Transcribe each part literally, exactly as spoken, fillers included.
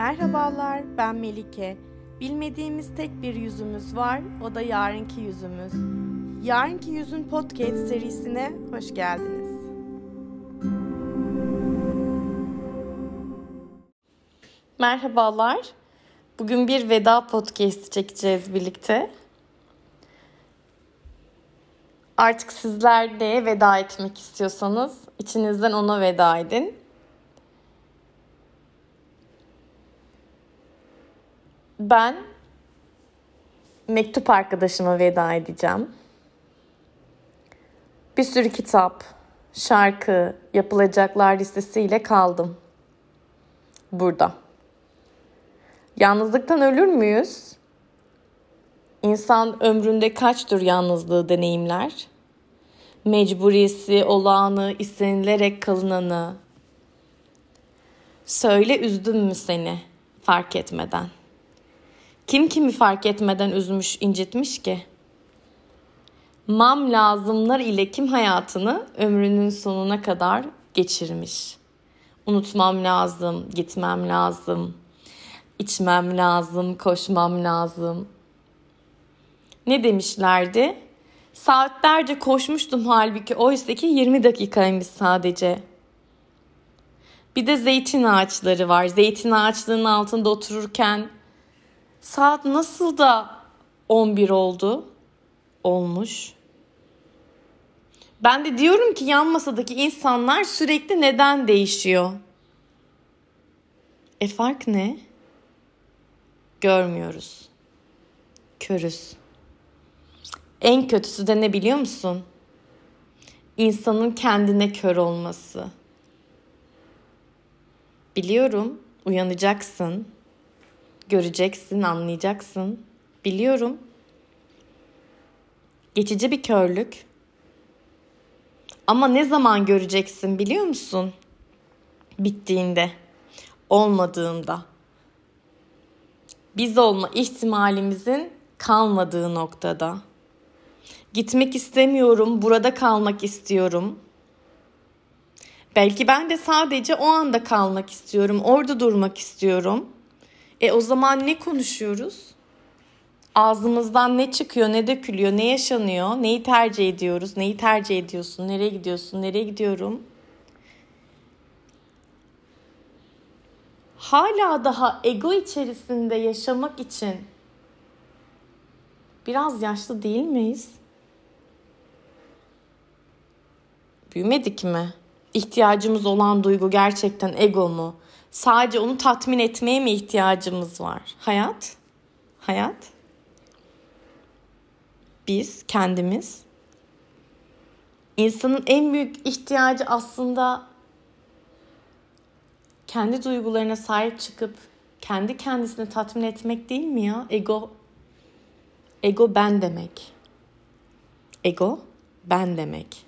Merhabalar, ben Melike. Bilmediğimiz tek bir yüzümüz var, o da yarınki yüzümüz. Yarınki Yüzün Podcast serisine hoş geldiniz. Merhabalar, bugün bir veda podcast çekeceğiz birlikte. Artık sizler neye veda etmek istiyorsanız içinizden ona veda edin. Ben mektup arkadaşıma veda edeceğim. Bir sürü kitap, şarkı, yapılacaklar listesiyle kaldım burada. Yalnızlıktan ölür müyüz? İnsan ömründe kaç tür yalnızlığı deneyimler? Mecburiyesi, olağanı, istenilerek kalınanı. Söyle, üzdüm mü seni fark etmeden? Kim kimi fark etmeden üzmüş, incitmiş ki? Mam lazımlar ile kim hayatını ömrünün sonuna kadar geçirmiş? Unutmam lazım, gitmem lazım, içmem lazım, koşmam lazım. Ne demişlerdi? Saatlerce koşmuştum halbuki oysaki yirmi dakikaymış sadece. Bir de zeytin ağaçları var. Zeytin ağaçlarının altında otururken saat nasıl da on bir oldu? Olmuş. Ben de diyorum ki yan masadaki insanlar sürekli neden değişiyor? E fark ne? Görmüyoruz. Körüz. En kötüsü de ne biliyor musun? İnsanın kendine kör olması. Biliyorum, uyanacaksın. Göreceksin, anlayacaksın. Biliyorum. Geçici bir körlük. Ama ne zaman göreceksin biliyor musun? Bittiğinde, olmadığında. Biz olma ihtimalimizin kalmadığı noktada. Gitmek istemiyorum, burada kalmak istiyorum. Belki ben de sadece o anda kalmak istiyorum, orada durmak istiyorum. E o zaman ne konuşuyoruz? Ağzımızdan ne çıkıyor, ne dökülüyor, ne yaşanıyor, neyi tercih ediyoruz, neyi tercih ediyorsun, nereye gidiyorsun, nereye gidiyorum? Hala daha ego içerisinde yaşamak için biraz yaşlı değil miyiz? Büyümedik mi? İhtiyacımız olan duygu gerçekten ego mu? Sadece onu tatmin etmeye mi ihtiyacımız var? Hayat? Hayat? Biz, kendimiz. İnsanın en büyük ihtiyacı aslında kendi duygularına sahip çıkıp kendi kendisini tatmin etmek değil mi ya? Ego, ego ben demek. Ego ben demek.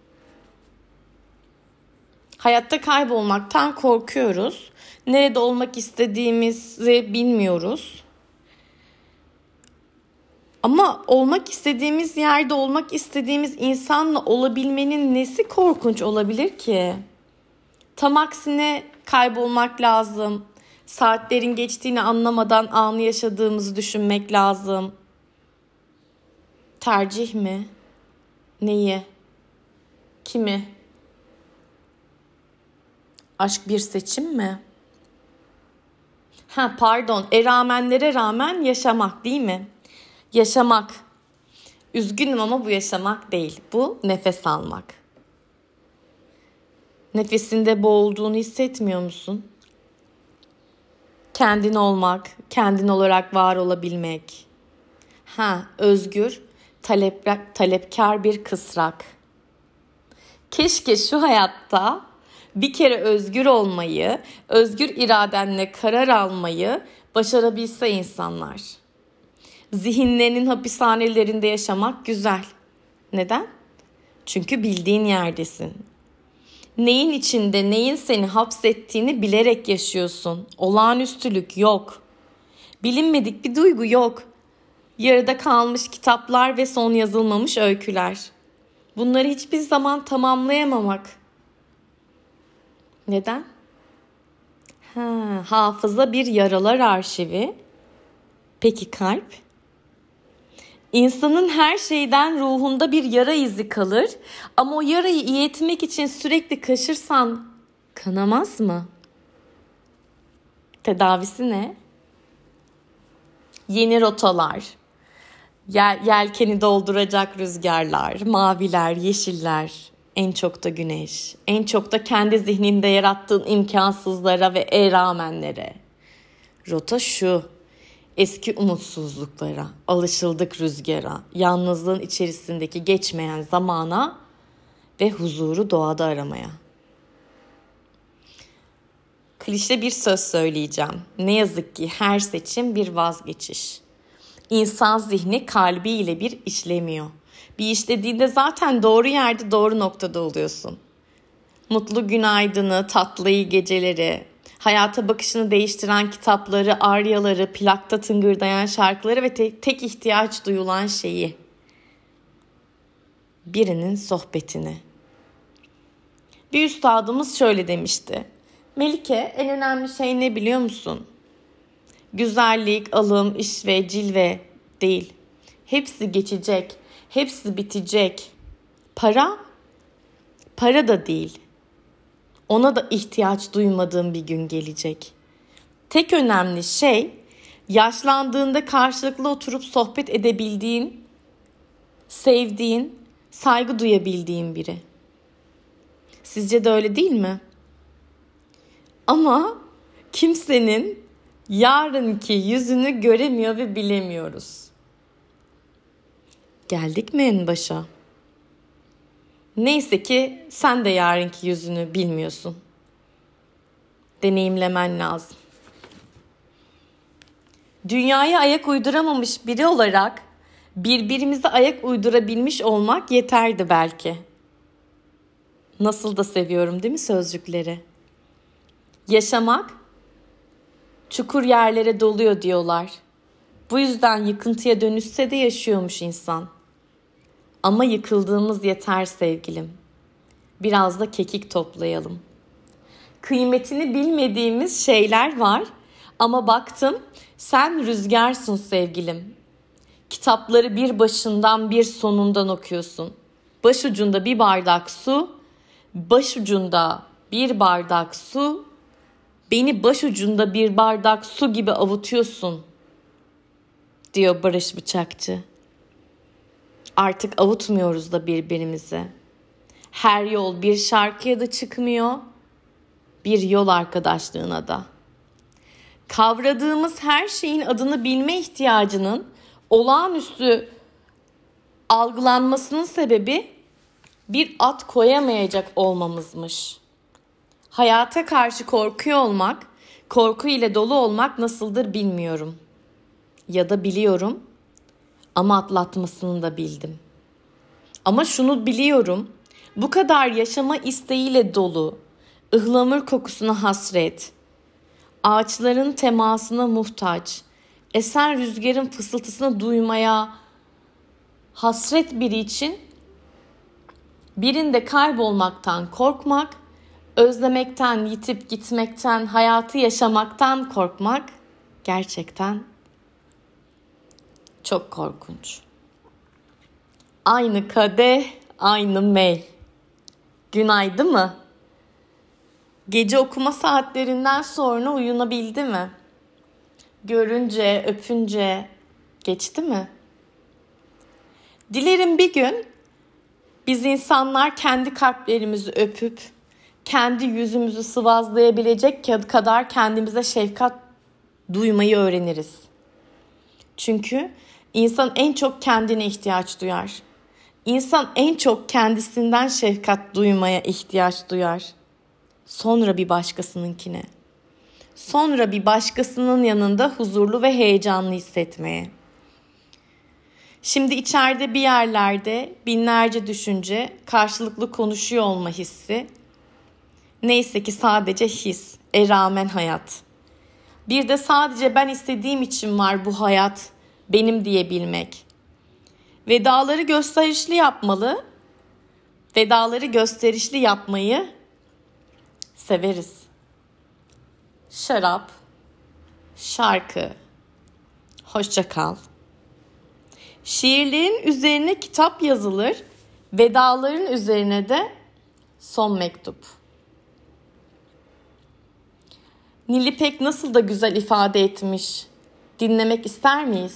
Hayatta kaybolmaktan korkuyoruz. Nerede olmak istediğimizi bilmiyoruz. Ama olmak istediğimiz yerde, olmak istediğimiz insanla olabilmenin nesi korkunç olabilir ki? Tam aksine kaybolmak lazım. Saatlerin geçtiğini anlamadan anı yaşadığımızı düşünmek lazım. Tercih mi? Neyi? Kimi? Aşk bir seçim mi? Ha pardon, e rağmenlere rağmen yaşamak değil mi? Yaşamak. Üzgünüm ama bu yaşamak değil. Bu nefes almak. Nefesinde boğulduğunu hissetmiyor musun? Kendin olmak, kendin olarak var olabilmek. Ha, özgür, talep, talepkar bir kısrak. Keşke şu hayatta bir kere özgür olmayı, özgür iradenle karar almayı başarabilse insanlar. Zihinlerinin hapishanelerinde yaşamak güzel. Neden? Çünkü bildiğin yerdesin. Neyin içinde, neyin seni hapsettiğini bilerek yaşıyorsun. Olağanüstülük yok. Bilinmedik bir duygu yok. Yarıda kalmış kitaplar ve son yazılmamış öyküler. Bunları hiçbir zaman tamamlayamamak. Neden? Ha, hafıza bir yaralar arşivi. Peki kalp? İnsanın her şeyden ruhunda bir yara izi kalır. Ama o yarayı iyi etmek için sürekli kaşırsan kanamaz mı? Tedavisi ne? Yeni rotalar, yel, yelkeni dolduracak rüzgarlar, maviler, yeşiller, en çok da güneş, en çok da kendi zihninde yarattığın imkansızlara ve eramenlere. Rota şu: eski umutsuzluklara, alışıldık rüzgara, yalnızlığın içerisindeki geçmeyen zamana ve huzuru doğada aramaya. Klişe bir söz söyleyeceğim. Ne yazık ki her seçim bir vazgeçiş. İnsan zihni kalbiyle bir işlemiyor. Bir işlediğinde zaten doğru yerde doğru noktada oluyorsun. Mutlu günaydını, tatlı iyi geceleri, hayata bakışını değiştiren kitapları, aryaları, plakta tıngırdayan şarkıları ve tek, tek ihtiyaç duyulan şeyi. Birinin sohbetini. Bir üstadımız şöyle demişti. Melike, en önemli şey ne biliyor musun? Güzellik, alım, iş ve cilve değil. Hepsi geçecek, hepsi bitecek. Para, para da değil. Ona da ihtiyaç duymadığın bir gün gelecek. Tek önemli şey, yaşlandığında karşılıklı oturup sohbet edebildiğin, sevdiğin, saygı duyabildiğin biri. Sizce de öyle değil mi? Ama kimsenin yarınki yüzünü göremiyor ve bilemiyoruz. Geldik mi en başa? Neyse ki sen de yarınki yüzünü bilmiyorsun. Deneyimlemen lazım. Dünyaya ayak uyduramamış biri olarak birbirimize ayak uydurabilmiş olmak yeterdi belki. Nasıl da seviyorum değil mi sözcükleri? Yaşamak çukur yerlere doluyor diyorlar. Bu yüzden yıkıntıya dönüşse de yaşıyormuş insan. Ama yıkıldığımız yeter sevgilim. Biraz da kekik toplayalım. Kıymetini bilmediğimiz şeyler var. Ama baktım sen rüzgarsın sevgilim. Kitapları bir başından bir sonundan okuyorsun. Başucunda bir bardak su, başucunda bir bardak su, beni başucunda bir bardak su gibi avutuyorsun, diyor Barış Bıçakçı. Artık avutmuyoruz da birbirimizi. Her yol bir şarkıya da çıkmıyor, bir yol arkadaşlığına da. Kavradığımız her şeyin adını bilme ihtiyacının olağanüstü algılanmasının sebebi bir ad koyamayacak olmamızmış. Hayata karşı korkuyor olmak, korku ile dolu olmak nasıldır bilmiyorum. Ya da biliyorum ama atlatmasını da bildim. Ama şunu biliyorum, bu kadar yaşama isteğiyle dolu, ıhlamur kokusuna hasret, ağaçların temasına muhtaç, esen rüzgarın fısıltısını duymaya hasret biri için birinde kaybolmaktan korkmak, özlemekten, yitip gitmekten, hayatı yaşamaktan korkmak gerçekten çok korkunç. Aynı kadeh, aynı mey. Günaydın mı? Gece okuma saatlerinden sonra uyunabildi mi? Görünce, öpünce geçti mi? Dilerim bir gün biz insanlar kendi kalplerimizi öpüp kendi yüzümüzü sıvazlayabilecek kadar kendimize şefkat duymayı öğreniriz. Çünkü insan en çok kendine ihtiyaç duyar. İnsan en çok kendisinden şefkat duymaya ihtiyaç duyar. Sonra bir başkasınınkine. Sonra bir başkasının yanında huzurlu ve heyecanlı hissetmeye. Şimdi içeride bir yerlerde binlerce düşünce karşılıklı konuşuyor olma hissi. Neyse ki sadece his, eramen hayat. Bir de sadece ben istediğim için var bu hayat, benim diyebilmek. Vedaları gösterişli yapmalı, vedaları gösterişli yapmayı severiz. şarap, şarkı, hoşça kal. Şiirlerin üzerine kitap yazılır, vedaların üzerine de son mektup. Nil İpek nasıl da güzel ifade etmiş. Dinlemek ister miyiz?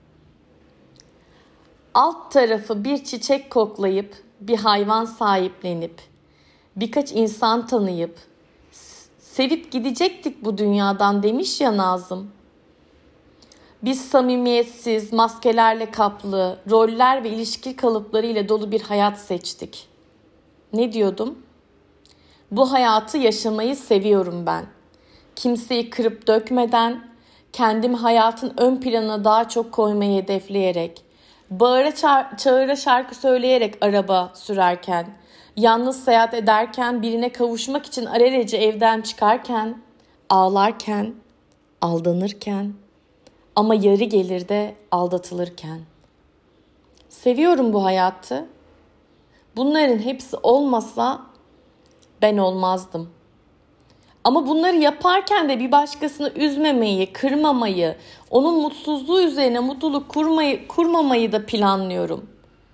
Alt tarafı bir çiçek koklayıp, bir hayvan sahiplenip, birkaç insan tanıyıp, sevip gidecektik bu dünyadan demiş ya Nazım. Biz samimiyetsiz, maskelerle kaplı, roller ve ilişki kalıpları ile dolu bir hayat seçtik. Ne diyordum? Bu hayatı yaşamayı seviyorum ben. Kimseyi kırıp dökmeden, kendimi hayatın ön planına daha çok koymayı hedefleyerek, bağıra çağıra şarkı söyleyerek araba sürerken, yalnız seyahat ederken, birine kavuşmak için alelacele evden çıkarken, ağlarken, aldanırken ama yarı gelir de aldatılırken. Seviyorum bu hayatı. Bunların hepsi olmasa ben olmazdım. Ama bunları yaparken de bir başkasını üzmemeyi, kırmamayı, onun mutsuzluğu üzerine mutluluk kurmayı, kurmamayı da planlıyorum.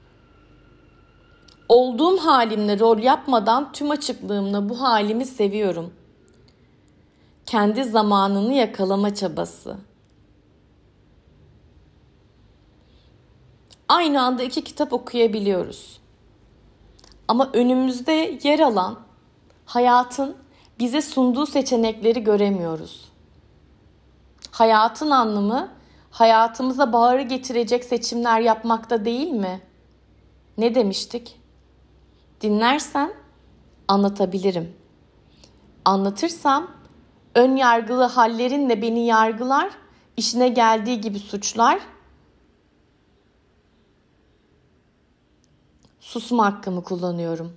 Olduğum halimle rol yapmadan tüm açıklığımla bu halimi seviyorum. Kendi zamanını yakalama çabası. Aynı anda iki kitap okuyabiliyoruz. Ama önümüzde yer alan hayatın bize sunduğu seçenekleri göremiyoruz. Hayatın anlamı hayatımıza baharı getirecek seçimler yapmakta değil mi? Ne demiştik? Dinlersen anlatabilirim. Anlatırsam ön yargılı hallerinle beni yargılar, işine geldiği gibi suçlar. Susma hakkımı kullanıyorum.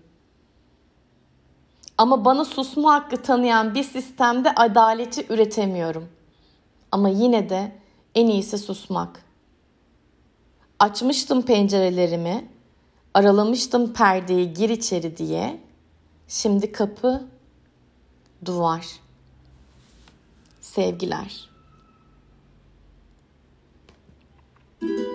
Ama bana susma hakkı tanıyan bir sistemde adaleti üretemiyorum. Ama yine de en iyisi susmak. Açmıştım pencerelerimi, aralamıştım perdeyi gir içeri diye. Şimdi kapı, duvar. Sevgiler.